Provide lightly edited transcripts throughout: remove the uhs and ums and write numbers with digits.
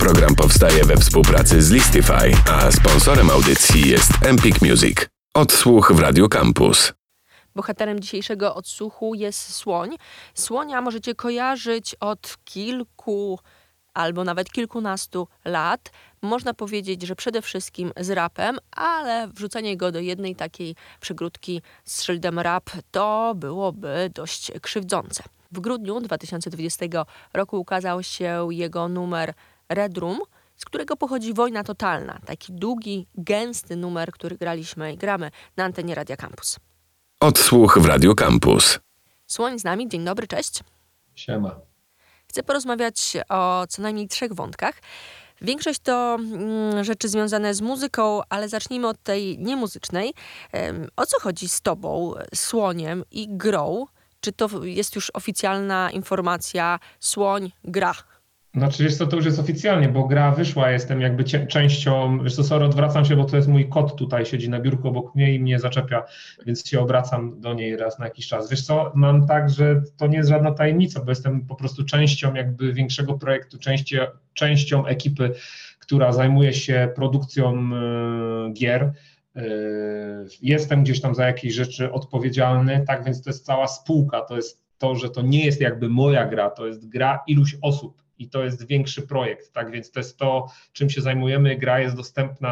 Program powstaje we współpracy z Listify, a sponsorem audycji jest Empik Music. Odsłuch w Radio Campus. Bohaterem dzisiejszego odsłuchu jest słoń. Słonia możecie kojarzyć od kilku albo nawet kilkunastu lat. Można powiedzieć, że przede wszystkim z rapem, ale wrzucenie go do jednej takiej przygródki z szyldem rap to byłoby dość krzywdzące. W grudniu 2020 roku ukazał się jego numer Red Room, z którego pochodzi Wojna Totalna. Taki długi, gęsty numer, który graliśmy i gramy na antenie Radia Campus. Odsłuch w Radio Campus. Słoń z nami, dzień dobry, cześć. Siema. Chcę porozmawiać o co najmniej 3 wątkach. Większość to rzeczy związane z muzyką, ale zacznijmy od tej niemuzycznej. O co chodzi z tobą, Słoniem i grą? Czy to jest już oficjalna informacja, Słoń gra? Znaczy, wiesz co, to już jest oficjalnie, bo gra wyszła, jestem jakby częścią, wiesz co, sorry, odwracam się, bo to jest mój kot tutaj, siedzi na biurku obok mnie i mnie zaczepia, więc się obracam do niej raz na jakiś czas. Wiesz co, mam tak, że to nie jest żadna tajemnica, bo jestem po prostu częścią jakby większego projektu, częścią ekipy, która zajmuje się produkcją gier. Jestem gdzieś tam za jakieś rzeczy odpowiedzialny, tak więc to jest cała spółka, to jest to, że to nie jest jakby moja gra, to jest gra iluś osób i to jest większy projekt, tak więc to jest to, czym się zajmujemy. Gra jest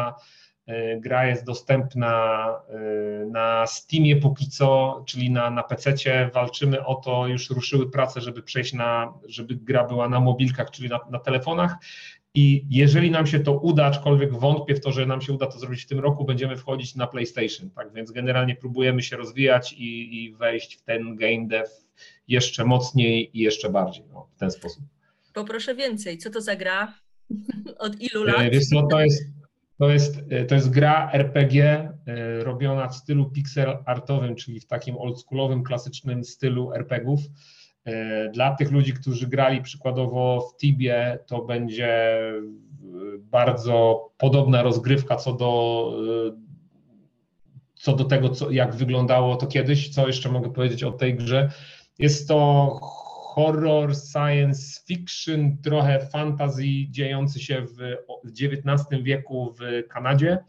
dostępna na Steamie póki co, czyli na PC-cie. Walczymy o to, już ruszyły prace, żeby przejść żeby gra była na mobilkach, czyli na telefonach. I jeżeli nam się to uda, aczkolwiek wątpię w to, że nam się uda to zrobić w tym roku, będziemy wchodzić na PlayStation, tak więc generalnie próbujemy się rozwijać i wejść w ten game dev jeszcze mocniej i jeszcze bardziej, w ten sposób. Poproszę więcej, co to za gra? Od ilu lat? Wiesz co, to jest gra RPG robiona w stylu pixel artowym, czyli w takim oldschoolowym, klasycznym stylu RPGów. Dla tych ludzi, którzy grali przykładowo w Tibie, to będzie bardzo podobna rozgrywka co do tego, jak wyglądało to kiedyś. Co jeszcze mogę powiedzieć o tej grze? Jest to horror, science fiction, trochę fantasy dziejący się w XIX wieku w Kanadzie.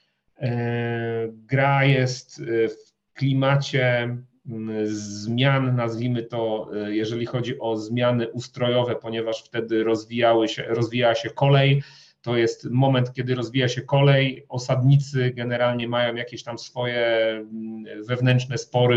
Gra jest w klimacie zmian, nazwijmy to, jeżeli chodzi o zmiany ustrojowe, ponieważ wtedy rozwijała się kolej. To jest moment, kiedy rozwija się kolej. Osadnicy generalnie mają jakieś tam swoje wewnętrzne spory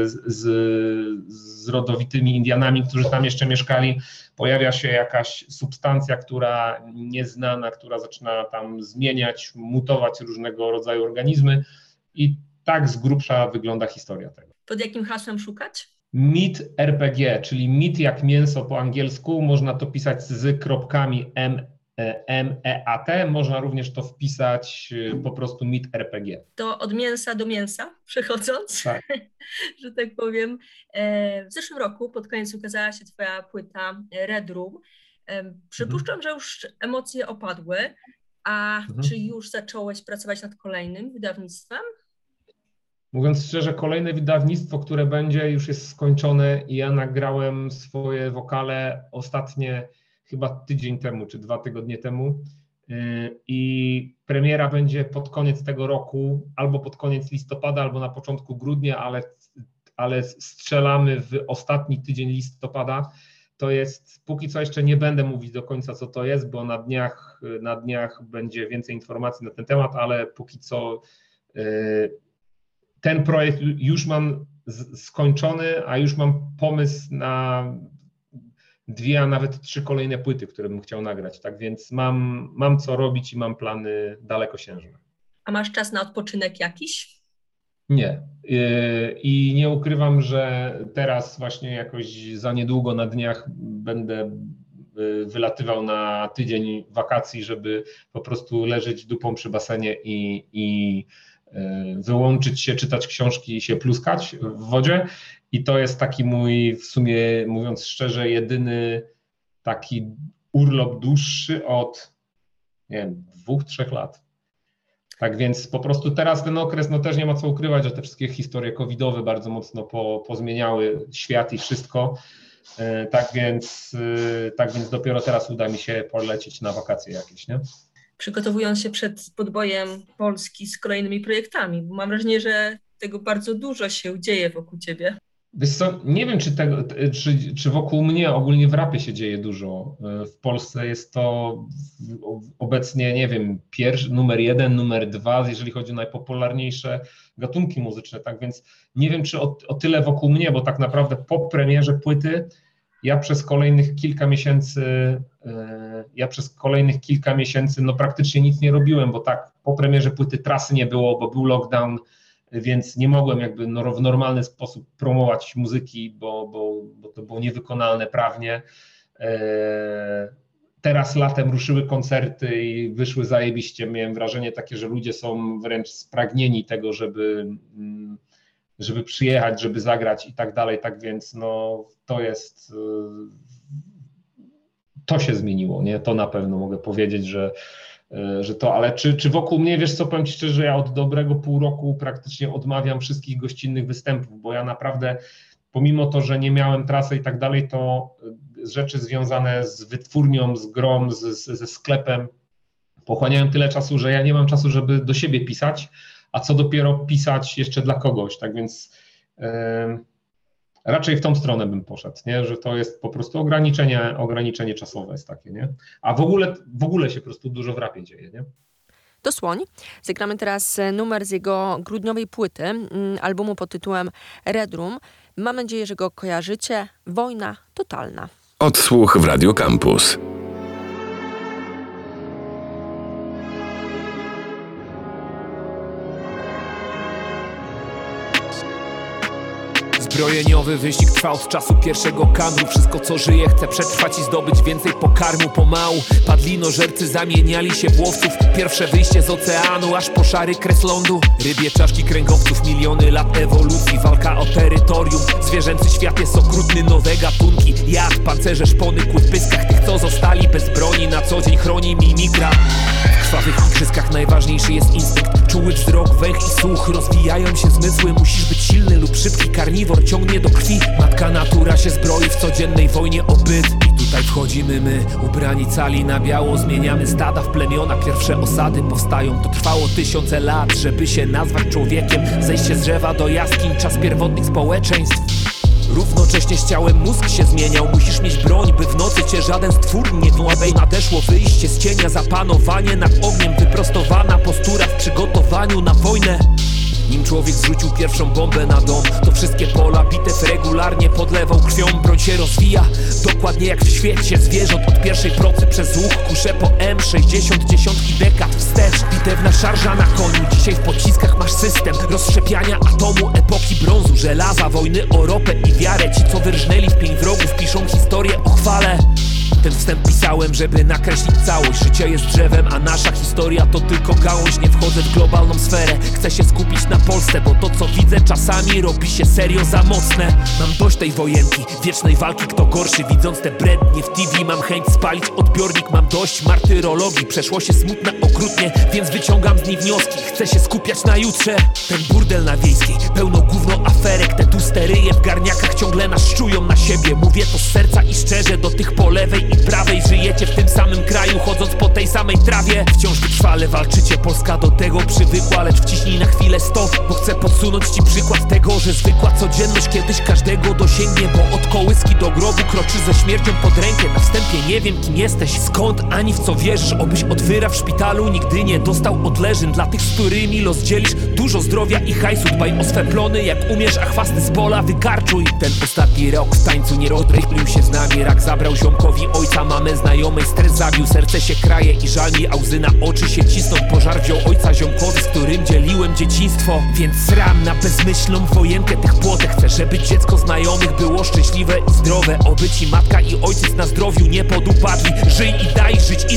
z rodowitymi Indianami, którzy tam jeszcze mieszkali. Pojawia się jakaś substancja, która nieznana, która zaczyna tam zmieniać, mutować różnego rodzaju organizmy i tak z grubsza wygląda historia tego. Pod jakim hasłem szukać? Meat RPG, czyli meat jak mięso po angielsku, można to pisać z kropkami MEAT, można również to wpisać po prostu Meat RPG. To od mięsa do mięsa, przechodząc, tak. Że tak powiem. W zeszłym roku pod koniec ukazała się twoja płyta Red Room. Przypuszczam, że już emocje opadły, a czy już zacząłeś pracować nad kolejnym wydawnictwem? Mówiąc szczerze, kolejne wydawnictwo, które będzie, już jest skończone i ja nagrałem swoje wokale ostatnie chyba tydzień temu, czy 2 tygodnie temu i premiera będzie pod koniec tego roku, albo pod koniec listopada, albo na początku grudnia, ale strzelamy w ostatni tydzień listopada. To jest, póki co jeszcze nie będę mówić do końca, co to jest, bo na dniach będzie więcej informacji na ten temat, ale póki co ten projekt już mam skończony, a już mam pomysł na 2, a nawet 3 kolejne płyty, które bym chciał nagrać. Tak więc mam co robić i mam plany dalekosiężne. A masz czas na odpoczynek jakiś? Nie. I nie ukrywam, że teraz właśnie jakoś za niedługo na dniach będę wylatywał na tydzień wakacji, żeby po prostu leżeć dupą przy basenie i wyłączyć się, czytać książki i się pluskać w wodzie. I to jest taki mój, w sumie mówiąc szczerze, jedyny taki urlop dłuższy od, nie wiem, 2-3 lat. Tak więc po prostu teraz ten okres, no też nie ma co ukrywać, że te wszystkie historie covidowe bardzo mocno pozmieniały świat i wszystko. Tak więc dopiero teraz uda mi się polecieć na wakacje jakieś, nie? Przygotowując się przed podbojem Polski z kolejnymi projektami, bo mam wrażenie, że tego bardzo dużo się dzieje wokół ciebie. Wiesz co, nie wiem, czy wokół mnie ogólnie w rapie się dzieje dużo. W Polsce jest to obecnie, nie wiem, numer 1, numer 2, jeżeli chodzi o najpopularniejsze gatunki muzyczne, tak więc nie wiem, czy o tyle wokół mnie, bo tak naprawdę po premierze płyty ja przez kolejnych kilka miesięcy no praktycznie nic nie robiłem, bo tak, po premierze płyty trasy nie było, bo był lockdown, więc nie mogłem jakby w normalny sposób promować muzyki, bo to było niewykonalne prawnie. Teraz latem ruszyły koncerty i wyszły zajebiście. Miałem wrażenie takie, że ludzie są wręcz spragnieni tego, żeby przyjechać, żeby zagrać i tak dalej, tak więc no to się zmieniło, nie? To na pewno mogę powiedzieć, że to, ale czy wokół mnie, wiesz co, powiem ci szczerze, ja od dobrego pół roku praktycznie odmawiam wszystkich gościnnych występów, bo ja naprawdę, pomimo to, że nie miałem trasy i tak dalej, to rzeczy związane z wytwórnią, z grą, ze sklepem pochłaniają tyle czasu, że ja nie mam czasu, żeby do siebie pisać, a co dopiero pisać jeszcze dla kogoś, tak więc raczej w tą stronę bym poszedł, nie? Że to jest po prostu ograniczenie czasowe jest takie, nie? A w ogóle się po prostu dużo w rapie dzieje, nie? To Słoń. Zagramy teraz numer z jego grudniowej płyty, albumu pod tytułem Red Room. Mam nadzieję, że go kojarzycie. Wojna totalna. Odsłuch w Radio Campus. Zbrojeniowy wyścig trwa od czasu pierwszego kadru. Wszystko co żyje chce przetrwać i zdobyć więcej pokarmu. Pomału padlinożercy zamieniali się w łowców. Pierwsze wyjście z oceanu aż po szary kres lądu. Rybie czaszki kręgowców, miliony lat ewolucji. Walka o terytorium, zwierzęcy świat jest okrutny. Nowe gatunki, jad, pancerze, szpony ku w pyskach. Tych co zostali bez broni, na co dzień chroni mimikra. W krwawych igrzyskach najważniejszy jest instynkt. Czuły wzrok, węch i słuch. Rozwijają się zmysły, musisz być silny lub szybki. Karniwor ciągnie do krwi. Matka natura się zbroi w codziennej wojnie o byt. I tutaj wchodzimy my, ubrani cali na biało. Zmieniamy stada w plemiona, pierwsze osady powstają. To trwało tysiące lat, żeby się nazwać człowiekiem. Zejście z drzewa do jaskiń, czas pierwotnych społeczeństw. Równocześnie z ciałem mózg się zmieniał. Musisz mieć broń, by w nocy cię żaden stwór nie włabej. Nadeszło wyjście z cienia, zapanowanie nad ogniem. Wyprostowana postura w przygotowaniu na wojnę. Nim człowiek zrzucił pierwszą bombę na dom, to wszystkie pola bitew regularnie podlewał krwią. Broń się rozwija, dokładnie jak w świecie zwierząt. Od pierwszej procy przez łuk, kusze po M60, dziesiątki dekad wstecz. Bitewna szarża na koniu, dzisiaj w pociskach masz system rozszczepiania atomu epoki brązu, żelaza, wojny o ropę i wiarę. Ci co wyrżnęli w pień wrogów piszą historię o chwale. Ten wstęp pisałem, żeby nakreślić całość. Życie jest drzewem, a nasza historia to tylko gałąź. Nie wchodzę w globalną sferę, chcę się skupić na Polsce, bo to co widzę czasami robi się serio za mocne. Mam dość tej wojenki, wiecznej walki kto gorszy. Widząc te brednie w TV mam chęć spalić odbiornik. Mam dość martyrologii, przeszło się smutne okrutnie, więc wyciągam z nich wnioski. Chcę się skupiać na jutrze. Ten burdel na Wiejskiej, pełno gówno aferek. Te tusteryje w garniakach ciągle nas szczują na siebie. Mówię to z serca i szczerze do tych po lewej i prawej. Żyjecie w tym samym kraju, chodząc po tej samej trawie. Wciąż wytrwale walczycie, Polska do tego przywykła. Lecz wciśnij na chwilę stop, bo chcę podsunąć ci przykład tego, że zwykła codzienność kiedyś każdego dosięgnie. Bo od kołyski do grobu kroczysz ze śmiercią pod rękę. Na wstępie nie wiem kim jesteś, skąd, ani w co wierzysz. Obyś od wyra w szpitalu nigdy nie dostał odleżyn. Dla tych, z którymi los dzielisz, dużo zdrowia i hajsu. Dbaj o swe plony jak umiesz, a chwasty z pola wykarczuj. Ten ostatni rok w tańcu nie rozrychlił się z nami. Rak zabrał ziomkowi ojca, mamę znajomej, stres zabił. Serce się kraje i żal mi, a łzy na oczy się cisną. Pożar wziął ojca ziomkowi, z którym dzieliłem dzieciństwo. Więc sram na bezmyślną wojenkę tych płotek. Chcę, żeby dziecko znajomych było szczęśliwe i zdrowe. Oby ci matka i ojciec na zdrowiu nie podupadli. Żyj i daj żyć innym na zawsze.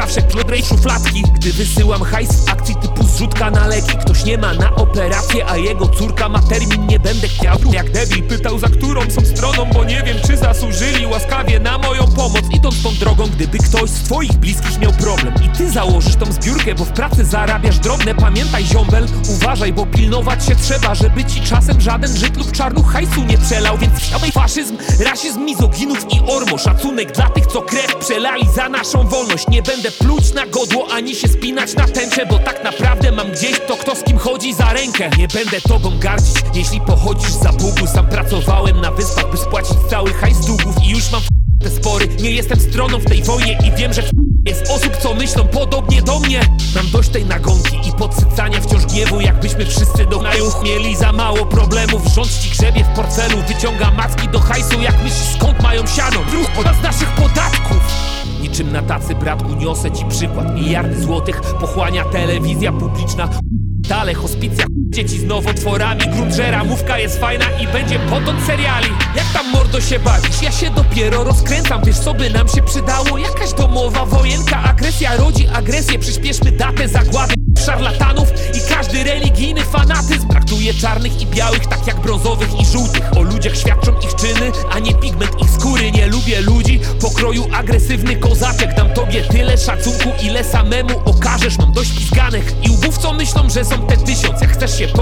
zawsze klodrej szufladki. Gdy wysyłam hajs w akcji typu zrzutka na leki, ktoś nie ma na operację, a jego córka ma termin, nie będę chciał jak debil pytał, za którą są stroną, bo nie wiem, czy zasłużyli łaskawie na moją pomoc. Idąc tą drogą, gdyby ktoś z twoich bliskich miał problem i ty założysz tą zbiórkę, bo w pracy zarabiasz drobne, pamiętaj ziombel, uważaj, bo pilnować się trzeba, żeby ci czasem żaden Żyd lub czarnuch hajsu nie przelał. Więc wsiadaj faszyzm, rasizm, mizoginów i ormo. Szacunek dla tych, co krew przelali za naszą wolność. Nie będę pluć na godło, ani się spinać na tęczę, bo tak naprawdę mam gdzieś to, kto z kim chodzi za rękę. Nie będę tobą gardzić, jeśli pochodzisz za Bugu. Sam pracowałem na wyspach, by spłacić cały hajs długów i już mam te spory. Nie jestem stroną w tej wojnie i wiem, że jest osób, co myślą podobnie do mnie. Mam dość tej nagonki i podsycania wciąż gniewu, jakbyśmy wszyscy do kraju mieli za mało problemów. Rząd ci grzebie w portfelu, wyciąga macki do hajsu. Jak myślisz, skąd mają siano? Druh z naszych podatków. Niczym na tacy, bratku, niosę ci przykład. Miliardy złotych pochłania telewizja publiczna. Dalej hospicja, dzieci z nowotworami. Grunt, że ramówka jest fajna i będzie potąd seriali. Jak tam, mordo, się bawisz? Ja się dopiero rozkręcam. Wiesz, co by nam się przydało? Jakaś domowa wojenka. Agresja rodzi agresję. Przyspieszmy datę zagłady szarlatanów i każdy religijny fanatyzm. Traktuje czarnych i białych tak jak brązowych i żółtych. O ludziach świadczą ich czyny, a nie pigment ich skóry. Nie lubię ludzi pokroju agresywny kozaczek. Dam tobie tyle szacunku, ile samemu okażesz. Mam dość pizganek i łbów, co myślą, że są te 1000. Jak chcesz się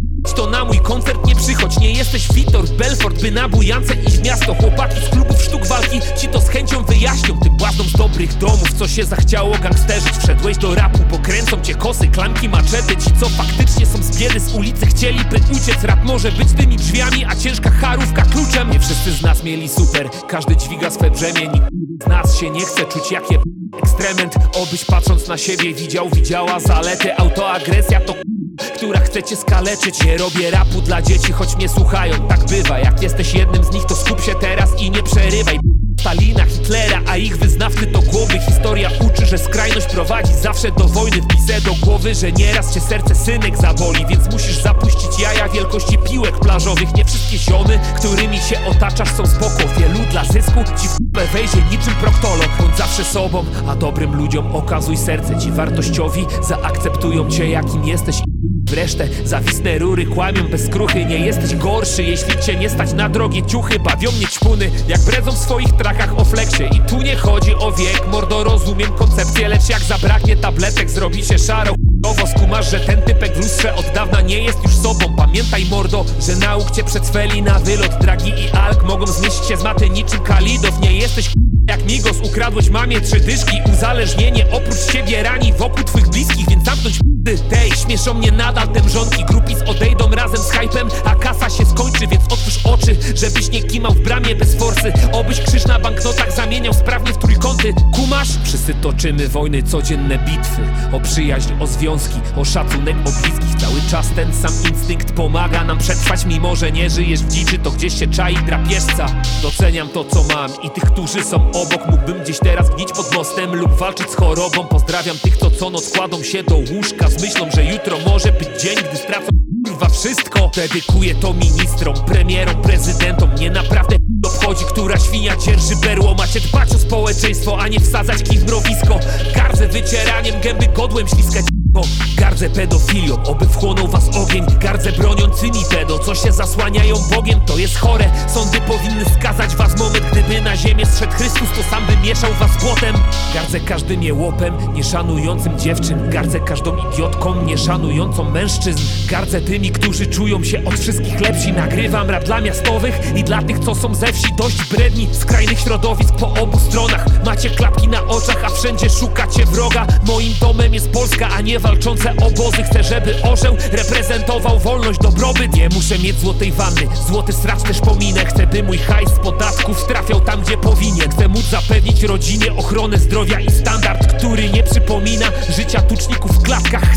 to na mój koncert nie przychodź. Nie jesteś Witold Belfort, by na bujance iść w miasto. Chłopaki z klubów sztuk walki ci to z chęcią wyjaśnią. Tym błaznom z dobrych domów, co się zachciało gangsterzyć. Wszedłeś do rapu, pokręcą cię kosy, klamki, maczety. Ci, co faktycznie są z biedy, z ulicy chcieliby uciec. Rap może być tymi drzwiami, a ciężka charówka kluczem. Nie wszyscy z nas mieli super, każdy dźwiga swe brzemię. Nikt z nas się nie chce czuć jak eksperyment. Obyś patrząc na siebie widziała zalety. Autoagresja to która chce cię skaleczyć. Nie robię rapu dla dzieci, choć mnie słuchają. Tak bywa, jak jesteś jednym z nich, to skup się teraz i nie przerywaj. Stalina, Hitlera, a ich wyznawcy to głowy. Historia uczy, że skrajność prowadzi zawsze do wojny. Wpisę do głowy, że nieraz cię serce, synek, zaboli. Więc musisz zapuścić jaja wielkości piłek plażowych. Nie wszystkie ziomy, którymi się otaczasz, są spoko. Wielu dla zysku ci w k***e wejdzie niczym proktolog. Bądź zawsze sobą, a dobrym ludziom okazuj serce. Ci wartościowi zaakceptują cię, jakim jesteś. Wreszcie zawisne rury kłamią bez skruchy. Nie jesteś gorszy, jeśli cię nie stać na drogie ciuchy. Bawią mnie ćpuny, jak bredzą w swoich trakach o fleksie. I tu nie chodzi o wiek, mordo, rozumiem koncepcję. Lecz jak zabraknie tabletek, zrobi się szaro. Skumasz, że ten typek w lustrze od dawna nie jest już sobą. Pamiętaj, mordo, że nauk cię przedsweli na wylot. Dragi i alk mogą zmieścić się z maty niczym Kalidow. Nie jesteś jak Migos, ukradłeś mamie 3 dyszki. Uzależnienie oprócz ciebie rani wokół twych bliskich. Więc zamknąć tej, śmieszą mnie nadal te mrzonki. Grupis odejdą razem z hypem, a kasa się skończy. Więc otwórz oczy, żebyś nie kimał w bramie bez forsy. Obyś krzyż na banknotach zamieniał sprawnie w trójkąty. Kumasz? Wszyscy toczymy wojny, codzienne bitwy. O przyjaźń, o związki, o szacunek, o bliskich. Cały czas ten sam instynkt pomaga nam przetrwać. Mimo że nie żyjesz w dziczy, to gdzieś się czai drapieżca. Doceniam to, co mam i tych, którzy są obok. Mógłbym gdzieś teraz gnić pod mostem lub walczyć z chorobą. Pozdrawiam tych, co noc kładą się do łóżka z myślą, że jutro może być dzień, gdy stracą kurwa wszystko. Dedykuję to ministrom, premierom, prezydentom. Nie naprawdę obchodzi, która świnia dzierży berło. Macie dbać o społeczeństwo, a nie wsadzać kij w mrowisko. Gardzę wycieraniem gęby godłem śliskać. Gardzę pedofilią, oby wchłonął was ogień. Gardzę broniącymi pedo, co się zasłaniają Bogiem. To jest chore, sądy powinny skazać was. Moment, gdyby na ziemię zszedł Chrystus, to sam by mieszał was z błotem. Gardzę każdym jełopem, nie szanującym dziewczyn. Gardzę każdą idiotką, nie szanującą mężczyzn. Gardzę tymi, którzy czują się od wszystkich lepsi. Nagrywam rap dla miastowych i dla tych, co są ze wsi. Dość bredni, skrajnych środowisk po obu stronach. Macie klapki na oczach, a wszędzie szukacie wroga. Moim domem jest Polska, a nie walczące obozy. Chcę, żeby orzeł reprezentował wolność, dobrobyt. Nie muszę mieć złotej wanny, złoty sracz też pominę. Chcę, by mój hajs z podatków trafiał tam, gdzie powinien. Chcę móc zapewnić rodzinie ochronę zdrowia i standard, który nie przypomina życia tuczników w klatkach.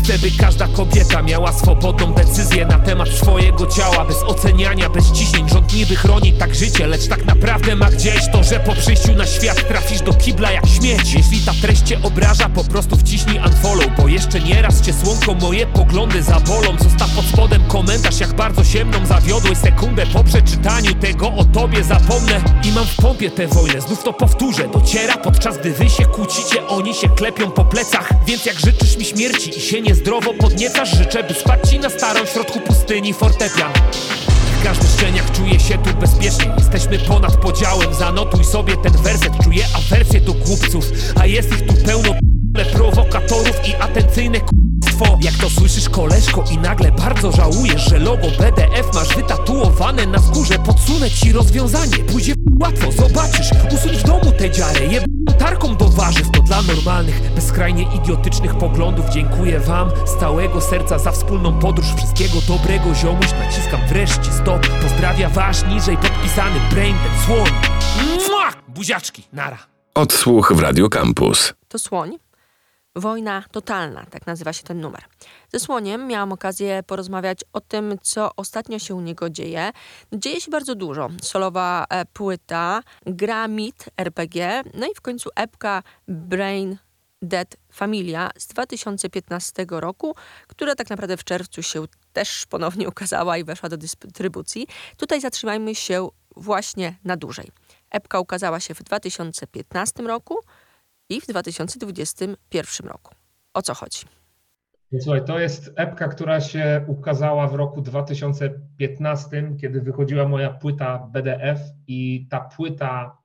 Chcę, by każda kobieta miała swobodną decyzję na temat swojego ciała, bez oceniania, bez ciśnień. Rząd niby chroni tak życie, lecz tak naprawdę ma gdzieś to, że po przyjściu na świat trafisz do kibla jak śmieć. Jeśli ta treść cię obraża, po prostu wciśnij unfollow, bo jeszcze nieraz cię słonko moje poglądy zabolą. Zostaw pod spodem komentarz, jak bardzo się mną zawiodłeś. Sekundę po przeczytaniu tego o tobie zapomnę i mam w pompie tę wojnę. Znów to powtórzę, dociera podczas gdy wy się kłócicie, oni się klepią po plecach. Więc jak życzysz mi śmierci i się niezdrowo podniecasz, życzę, by spadł ci na starą w środku pustyni fortepian. W każdych szczeniach czuję się tu bezpiecznie. Jesteśmy ponad podziałem, zanotuj sobie ten werset. Czuję awersję do głupców, a jest ich tu pełno prowokatorów i atencyjne k***stwo. Jak to słyszysz, koleżko, i nagle bardzo żałujesz, że logo BDF masz wytatuowane na skórze. Podsunę ci rozwiązanie, pójdzie łatwo, zobaczysz. Usuń w domu tę dziarę, tarką do warzyw. To dla normalnych, bezskrajnie idiotycznych poglądów. Dziękuję wam z całego serca za wspólną podróż. Wszystkiego dobrego, ziomuś, naciskam wreszcie stop. Pozdrawia wasz niżej podpisany Brain, ten słoń. Mua! Buziaczki, nara. Odsłuch w Radio Campus. To Słoń. Wojna totalna, tak nazywa się ten numer. Ze Słoniem miałam okazję porozmawiać o tym, co ostatnio się u niego dzieje. Dzieje się bardzo dużo. Solowa płyta, gra mit RPG, no i w końcu epka Brain Dead Familia z 2015 roku, która tak naprawdę w czerwcu się też ponownie ukazała i weszła do dystrybucji. Tutaj zatrzymajmy się właśnie na dłużej. Epka ukazała się w 2015 roku i w 2021 roku. O co chodzi? No słuchaj, to jest epka, która się ukazała w roku 2015, kiedy wychodziła moja płyta BDF i ta płyta,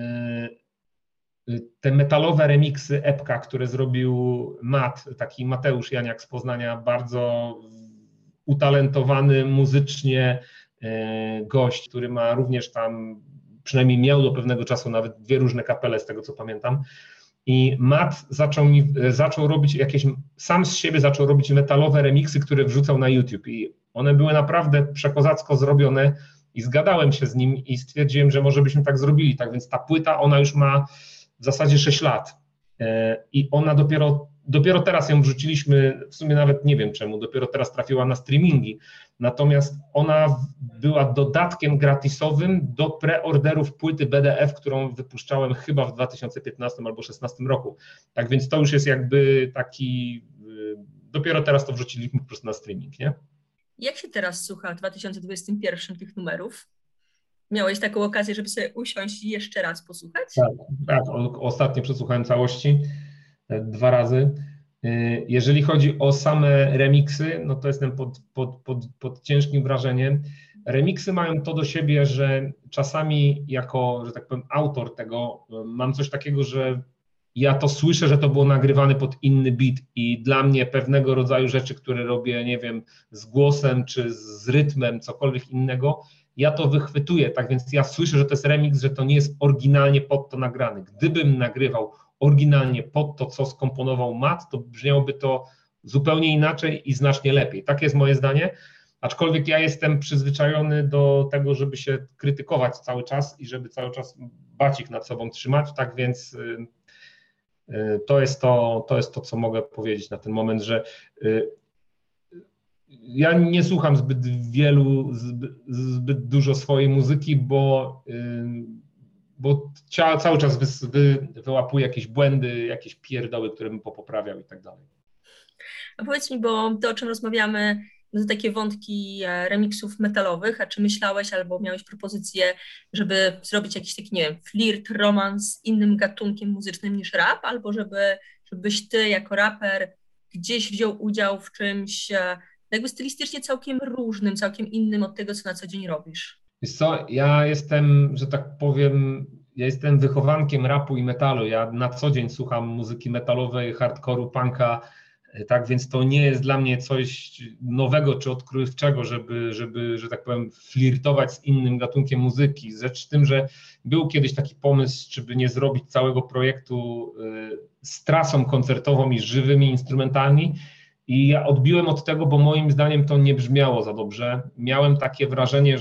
te metalowe remiksy epka, które zrobił taki Mateusz Janiak z Poznania, bardzo utalentowany muzycznie gość, który ma również tam, przynajmniej miał do pewnego czasu nawet 2 różne kapele, z tego co pamiętam. I Matt zaczął robić sam z siebie zaczął robić metalowe remiksy, które wrzucał na YouTube i one były naprawdę przekozacko zrobione i zgadałem się z nim i stwierdziłem, że może byśmy tak zrobili. Tak więc ta płyta, ona już ma w zasadzie 6 lat i ona dopiero teraz ją wrzuciliśmy, w sumie nawet nie wiem czemu, dopiero teraz trafiła na streamingi, natomiast ona była dodatkiem gratisowym do preorderów płyty BDF, którą wypuszczałem chyba w 2015 albo 2016 roku. Tak więc to już jest jakby taki, dopiero teraz to wrzuciliśmy po prostu na streaming, nie? Jak się teraz słucha w 2021 tych numerów? Miałeś taką okazję, żeby sobie usiąść i jeszcze raz posłuchać? Tak, ostatnio przesłuchałem całości 2 razy. Jeżeli chodzi o same remiksy, no to jestem pod ciężkim wrażeniem. Remiksy mają to do siebie, że czasami jako, że tak powiem, autor tego mam coś takiego, że ja to słyszę, że to było nagrywane pod inny beat i dla mnie pewnego rodzaju rzeczy, które robię, nie wiem, z głosem czy z rytmem, cokolwiek innego, ja to wychwytuję, tak więc ja słyszę, że to jest remix, że to nie jest oryginalnie pod to nagrane. Gdybym nagrywał oryginalnie pod to, co skomponował Matt, to brzmiałoby to zupełnie inaczej i znacznie lepiej. Tak jest moje zdanie, aczkolwiek ja jestem przyzwyczajony do tego, żeby się krytykować cały czas i żeby cały czas bacik nad sobą trzymać, tak więc to jest to, co mogę powiedzieć na ten moment, że ja nie słucham zbyt dużo swojej muzyki, bo cały czas wyłapuję jakieś błędy, jakieś pierdoły, które bym poprawiał i tak dalej. A powiedz mi, bo to, o czym rozmawiamy, to takie wątki remiksów metalowych, a czy myślałeś albo miałeś propozycję, żeby zrobić jakiś taki, nie wiem, flirt, romans z innym gatunkiem muzycznym niż rap, albo żebyś ty jako raper gdzieś wziął udział w czymś jakby stylistycznie całkiem różnym, całkiem innym od tego, co na co dzień robisz? Wiesz co, ja jestem, że tak powiem, wychowankiem rapu i metalu. Ja na co dzień słucham muzyki metalowej, hardcore'u, punka, tak więc to nie jest dla mnie coś nowego czy odkrywczego, żeby, że tak powiem, flirtować z innym gatunkiem muzyki. Rzecz w tym, że był kiedyś taki pomysł, żeby nie zrobić całego projektu z trasą koncertową i żywymi instrumentami. I ja odbiłem od tego, bo moim zdaniem to nie brzmiało za dobrze. Miałem takie wrażenie,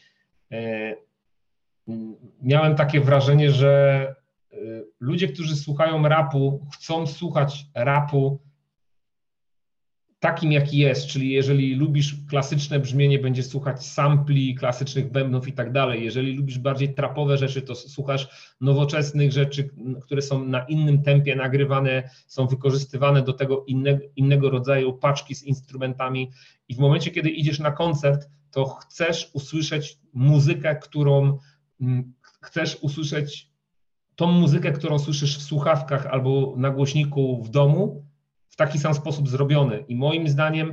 że ludzie, którzy słuchają rapu, chcą słuchać rapu takim, jaki jest, czyli jeżeli lubisz klasyczne brzmienie, będziesz słuchać sampli, klasycznych bębnów i tak dalej. Jeżeli lubisz bardziej trapowe rzeczy, to słuchasz nowoczesnych rzeczy, które są na innym tempie nagrywane, są wykorzystywane do tego innego rodzaju paczki z instrumentami i w momencie, kiedy idziesz na koncert, to chcesz usłyszeć muzykę, tą muzykę, którą słyszysz w słuchawkach albo na głośniku w domu, w taki sam sposób zrobiony. I moim zdaniem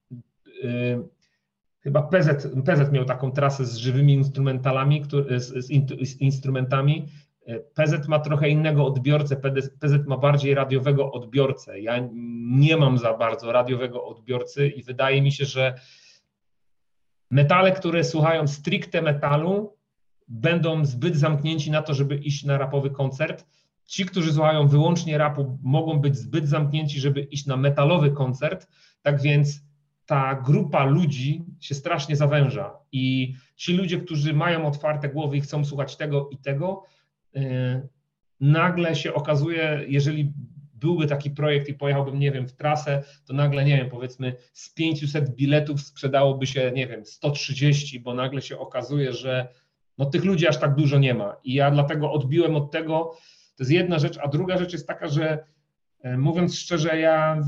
chyba PZ miał taką trasę z żywymi instrumentalami, z instrumentami. PZ ma trochę innego odbiorcę, PZ ma bardziej radiowego odbiorcę. Ja nie mam za bardzo radiowego odbiorcy i wydaje mi się, że metale, które słuchają stricte metalu, będą zbyt zamknięci na to, żeby iść na rapowy koncert. Ci, którzy słuchają wyłącznie rapu, mogą być zbyt zamknięci, żeby iść na metalowy koncert. Tak więc ta grupa ludzi się strasznie zawęża i ci ludzie, którzy mają otwarte głowy i chcą słuchać tego i tego, nagle się okazuje, jeżeli byłby taki projekt i pojechałbym, nie wiem, w trasę, to nagle, nie wiem, powiedzmy z 500 biletów sprzedałoby się, nie wiem, 130, bo nagle się okazuje, że no tych ludzi aż tak dużo nie ma i ja dlatego odbiłem od tego. To jest jedna rzecz, a druga rzecz jest taka, że mówiąc szczerze, ja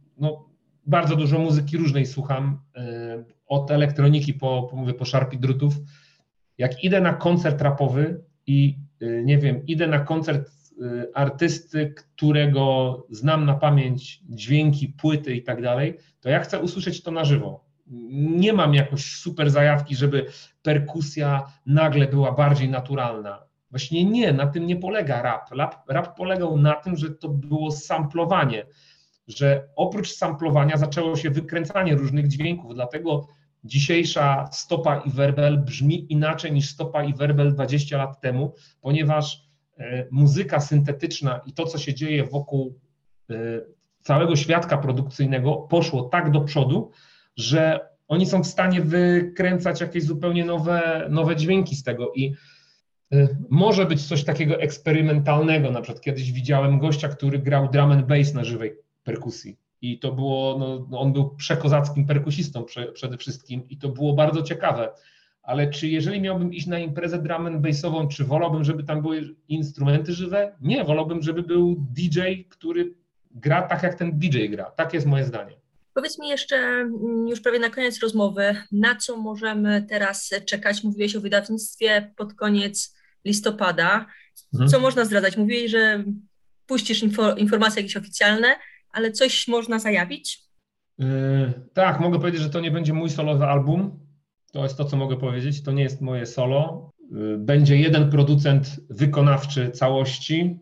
bardzo dużo muzyki różnej słucham, od elektroniki po szarpi drutów. Jak idę na koncert rapowy i nie wiem, idę na koncert artysty, którego znam na pamięć, dźwięki, płyty i tak dalej, to ja chcę usłyszeć to na żywo. Nie mam jakoś super zajawki, żeby perkusja nagle była bardziej naturalna. Właśnie nie, na tym nie polega rap. Rap polegał na tym, że to było samplowanie, że oprócz samplowania zaczęło się wykręcanie różnych dźwięków, dlatego dzisiejsza stopa i werbel brzmi inaczej niż stopa i werbel 20 lat temu, ponieważ muzyka syntetyczna i to, co się dzieje wokół całego świadka produkcyjnego poszło tak do przodu, że oni są w stanie wykręcać jakieś zupełnie nowe dźwięki z tego i może być coś takiego eksperymentalnego. Na przykład kiedyś widziałem gościa, który grał drum and bass na żywej perkusji i to było, on był przekozackim perkusistą przede wszystkim i to było bardzo ciekawe. Ale czy jeżeli miałbym iść na imprezę drum and bassową, czy wolałbym, żeby tam były instrumenty żywe? Nie, wolałbym, żeby był DJ, który gra tak, jak ten DJ gra. Tak jest moje zdanie. Powiedz mi jeszcze, już prawie na koniec rozmowy, na co możemy teraz czekać? Mówiłeś o wydawnictwie pod koniec listopada. Co można zdradzać? Mówiłeś, że puścisz informacje jakieś oficjalne, ale coś można zajawić? Tak, mogę powiedzieć, że to nie będzie mój solowy album. To jest to, co mogę powiedzieć. To nie jest moje solo. Będzie jeden producent wykonawczy całości.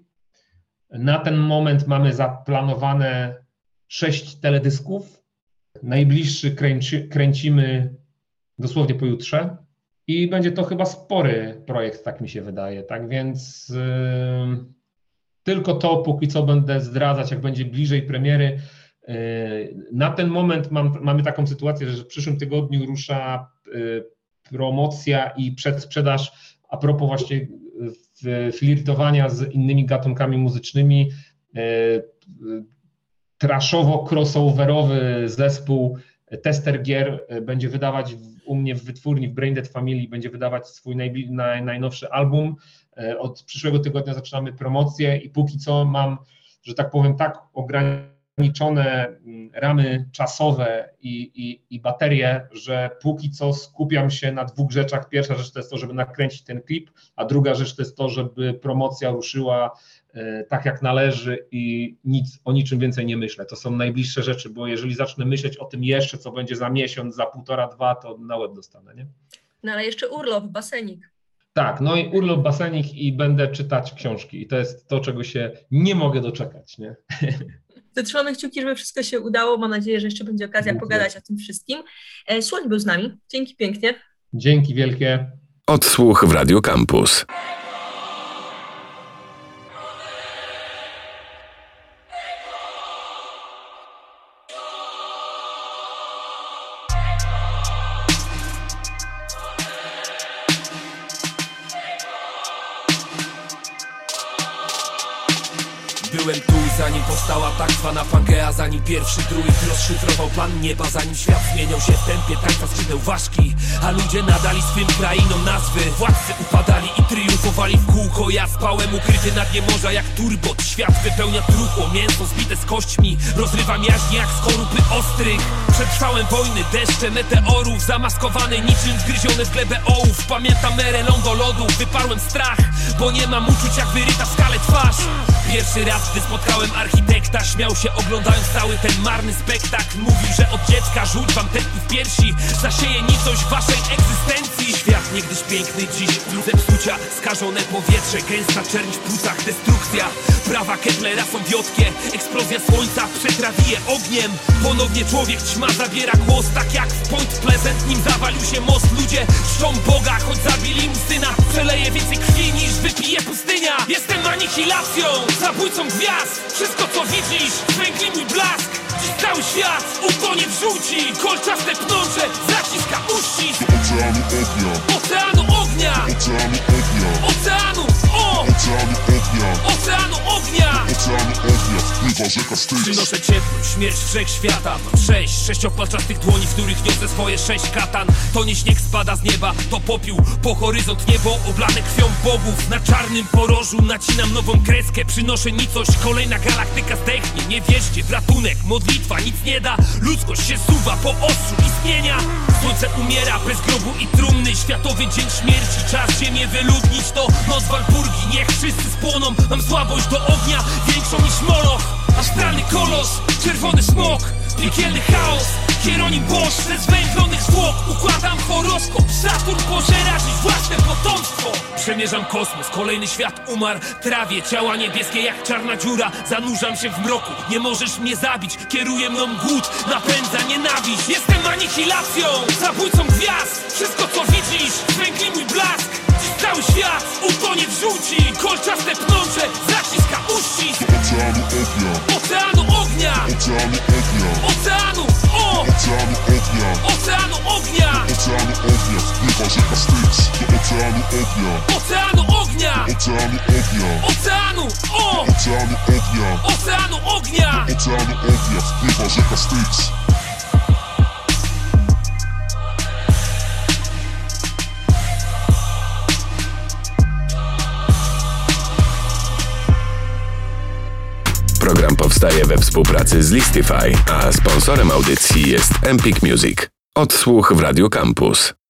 Na ten moment mamy zaplanowane 6 teledysków. Najbliższy kręcimy dosłownie pojutrze i będzie to chyba spory projekt, tak mi się wydaje. Tak więc tylko to póki co będę zdradzać, jak będzie bliżej premiery. Na ten moment mamy taką sytuację, że w przyszłym tygodniu rusza promocja i przedsprzedaż a propos właśnie flirtowania z innymi gatunkami muzycznymi. Trashowo-crossoverowy zespół Tester Gier będzie wydawać u mnie w wytwórni w Braindead Family, będzie wydawać swój najnowszy album. Od przyszłego tygodnia zaczynamy promocję i póki co mam, że tak powiem, tak ograniczone ramy czasowe i baterie, że póki co skupiam się na 2 rzeczach. Pierwsza rzecz to jest to, żeby nakręcić ten klip, a druga rzecz to jest to, żeby promocja ruszyła tak jak należy i o niczym więcej nie myślę. To są najbliższe rzeczy, bo jeżeli zacznę myśleć o tym jeszcze, co będzie za miesiąc, za 1,5, 2, to na łeb dostanę, nie? No ale jeszcze urlop, basenik. Tak, no i urlop, basenik i będę czytać książki i to jest to, czego się nie mogę doczekać, nie? To trzymamy kciuki, żeby wszystko się udało. Mam nadzieję, że jeszcze będzie okazja pogadać o tym wszystkim. Słoń był z nami. Dzięki pięknie. Dzięki wielkie. Odsłuch w Radio Campus. Byłem tu, zanim powstała tak zwana Pangea, zanim pierwszy druid rozszyfrował plan nieba, zanim świat zmieniał się w tempie tańca skrzydeł ważki, a ludzie nadali swym krainom nazwy. Władcy upadali i triumfowali w kółko. Ja spałem ukryty na dnie morza jak turbot. Świat wypełnia truchło, mięso zbite z kośćmi rozrywam jaźnie jak skorupy ostrych. Przetrwałem wojny, deszcze, meteorów, zamaskowany niczym zgryziony w glebę ołów. Pamiętam erę lądolodów, wyparłem strach, bo nie mam uczuć jak wyryta w skale twarz. Pierwszy raz, gdy spotkałem architekta, śmiał się oglądając cały ten marny spektakl. Mówił, że od dziecka rzuć wam tętni w piersi, zasieje nicość waszej egzystencji. Świat niegdyś piękny, dziś zepsucia, skażone powietrze, gęsta czerń w płucach, destrukcja. Prawa Keplera są wiotkie, eksplozja słońca przetrawije ogniem. Ponownie człowiek ćma zabiera głos, tak jak w Point Pleasant, nim zawalił się most. Ludzie czczą Boga, choć zabili mu syna. Przeleje więcej krwi niż wypije pustynia. Jestem anihilacją, zabójcą gwiazd. Wszystko co widzisz, zwęgli mój blask. Dziś cały świat utonie w żółci. Kolczaste pnącze zaciska uścisk oceanu ognia. Oceanu ognia. Oceanu, o! Oceanu ognia. Oceanu ognia. Oceanu ognia. Wpływa rzeka Styx. Przynoszę ciepło, śmierć wszechświata. Sześciopalczastych dłoni, w których niosę swoje 6 katan. To nie śnieg spada z nieba, to popiół. Po horyzont niebo oblane krwią bogów. Na czarnym porożu nacinam nową kreskę. Przynoszę nicość, kolejna galaktyka zdechnie. Nie wierzcie w ratunek, modlitwa nic nie da. Ludzkość się suwa po ostrzu istnienia. Słońce umiera bez grobu i trumny. Światowy dzień śmierci, czas ziemię wyludnić. To noc Walpurgi, niech wszyscy spłoną. Mam słabość do ognia, większą niż Moloch. Astralny kolos, czerwony smok, piekielny chaos, Hieronim Bosch ze zwęglonych zwłok. Układam horoskop, Saturn pożera dziś własne potomstwo. Przemierzam kosmos, kolejny świat umarł. Trawię ciała niebieskie jak czarna dziura. Zanurzam się w mroku, nie możesz mnie zabić. Kieruje mną głód, napędza nienawiść. Jestem anihilacją, zabójcą gwiazd. Wszystko co widzisz, zwęgli mój blask. Dziś cały świat utonie w żółci. Kolczaste pnącze zaciska uścisk Oceanu ognia. oceanu ognia. Oceanu ognia. Oceanu, o! Oceanu ognia. Oceanu ognia. Oceanu ognia. Wpływa rzeka Styx. Do oceanu ognia. Oceanu ognia. Oceanu ognia. Oceanu, o! Oceanu ognia. Oceanu ognia. Oceanu ognia. Wpływa rzeka Styx. Program powstaje we współpracy z Listify, a sponsorem audycji jest Empik Music. Odsłuch w Radio Campus.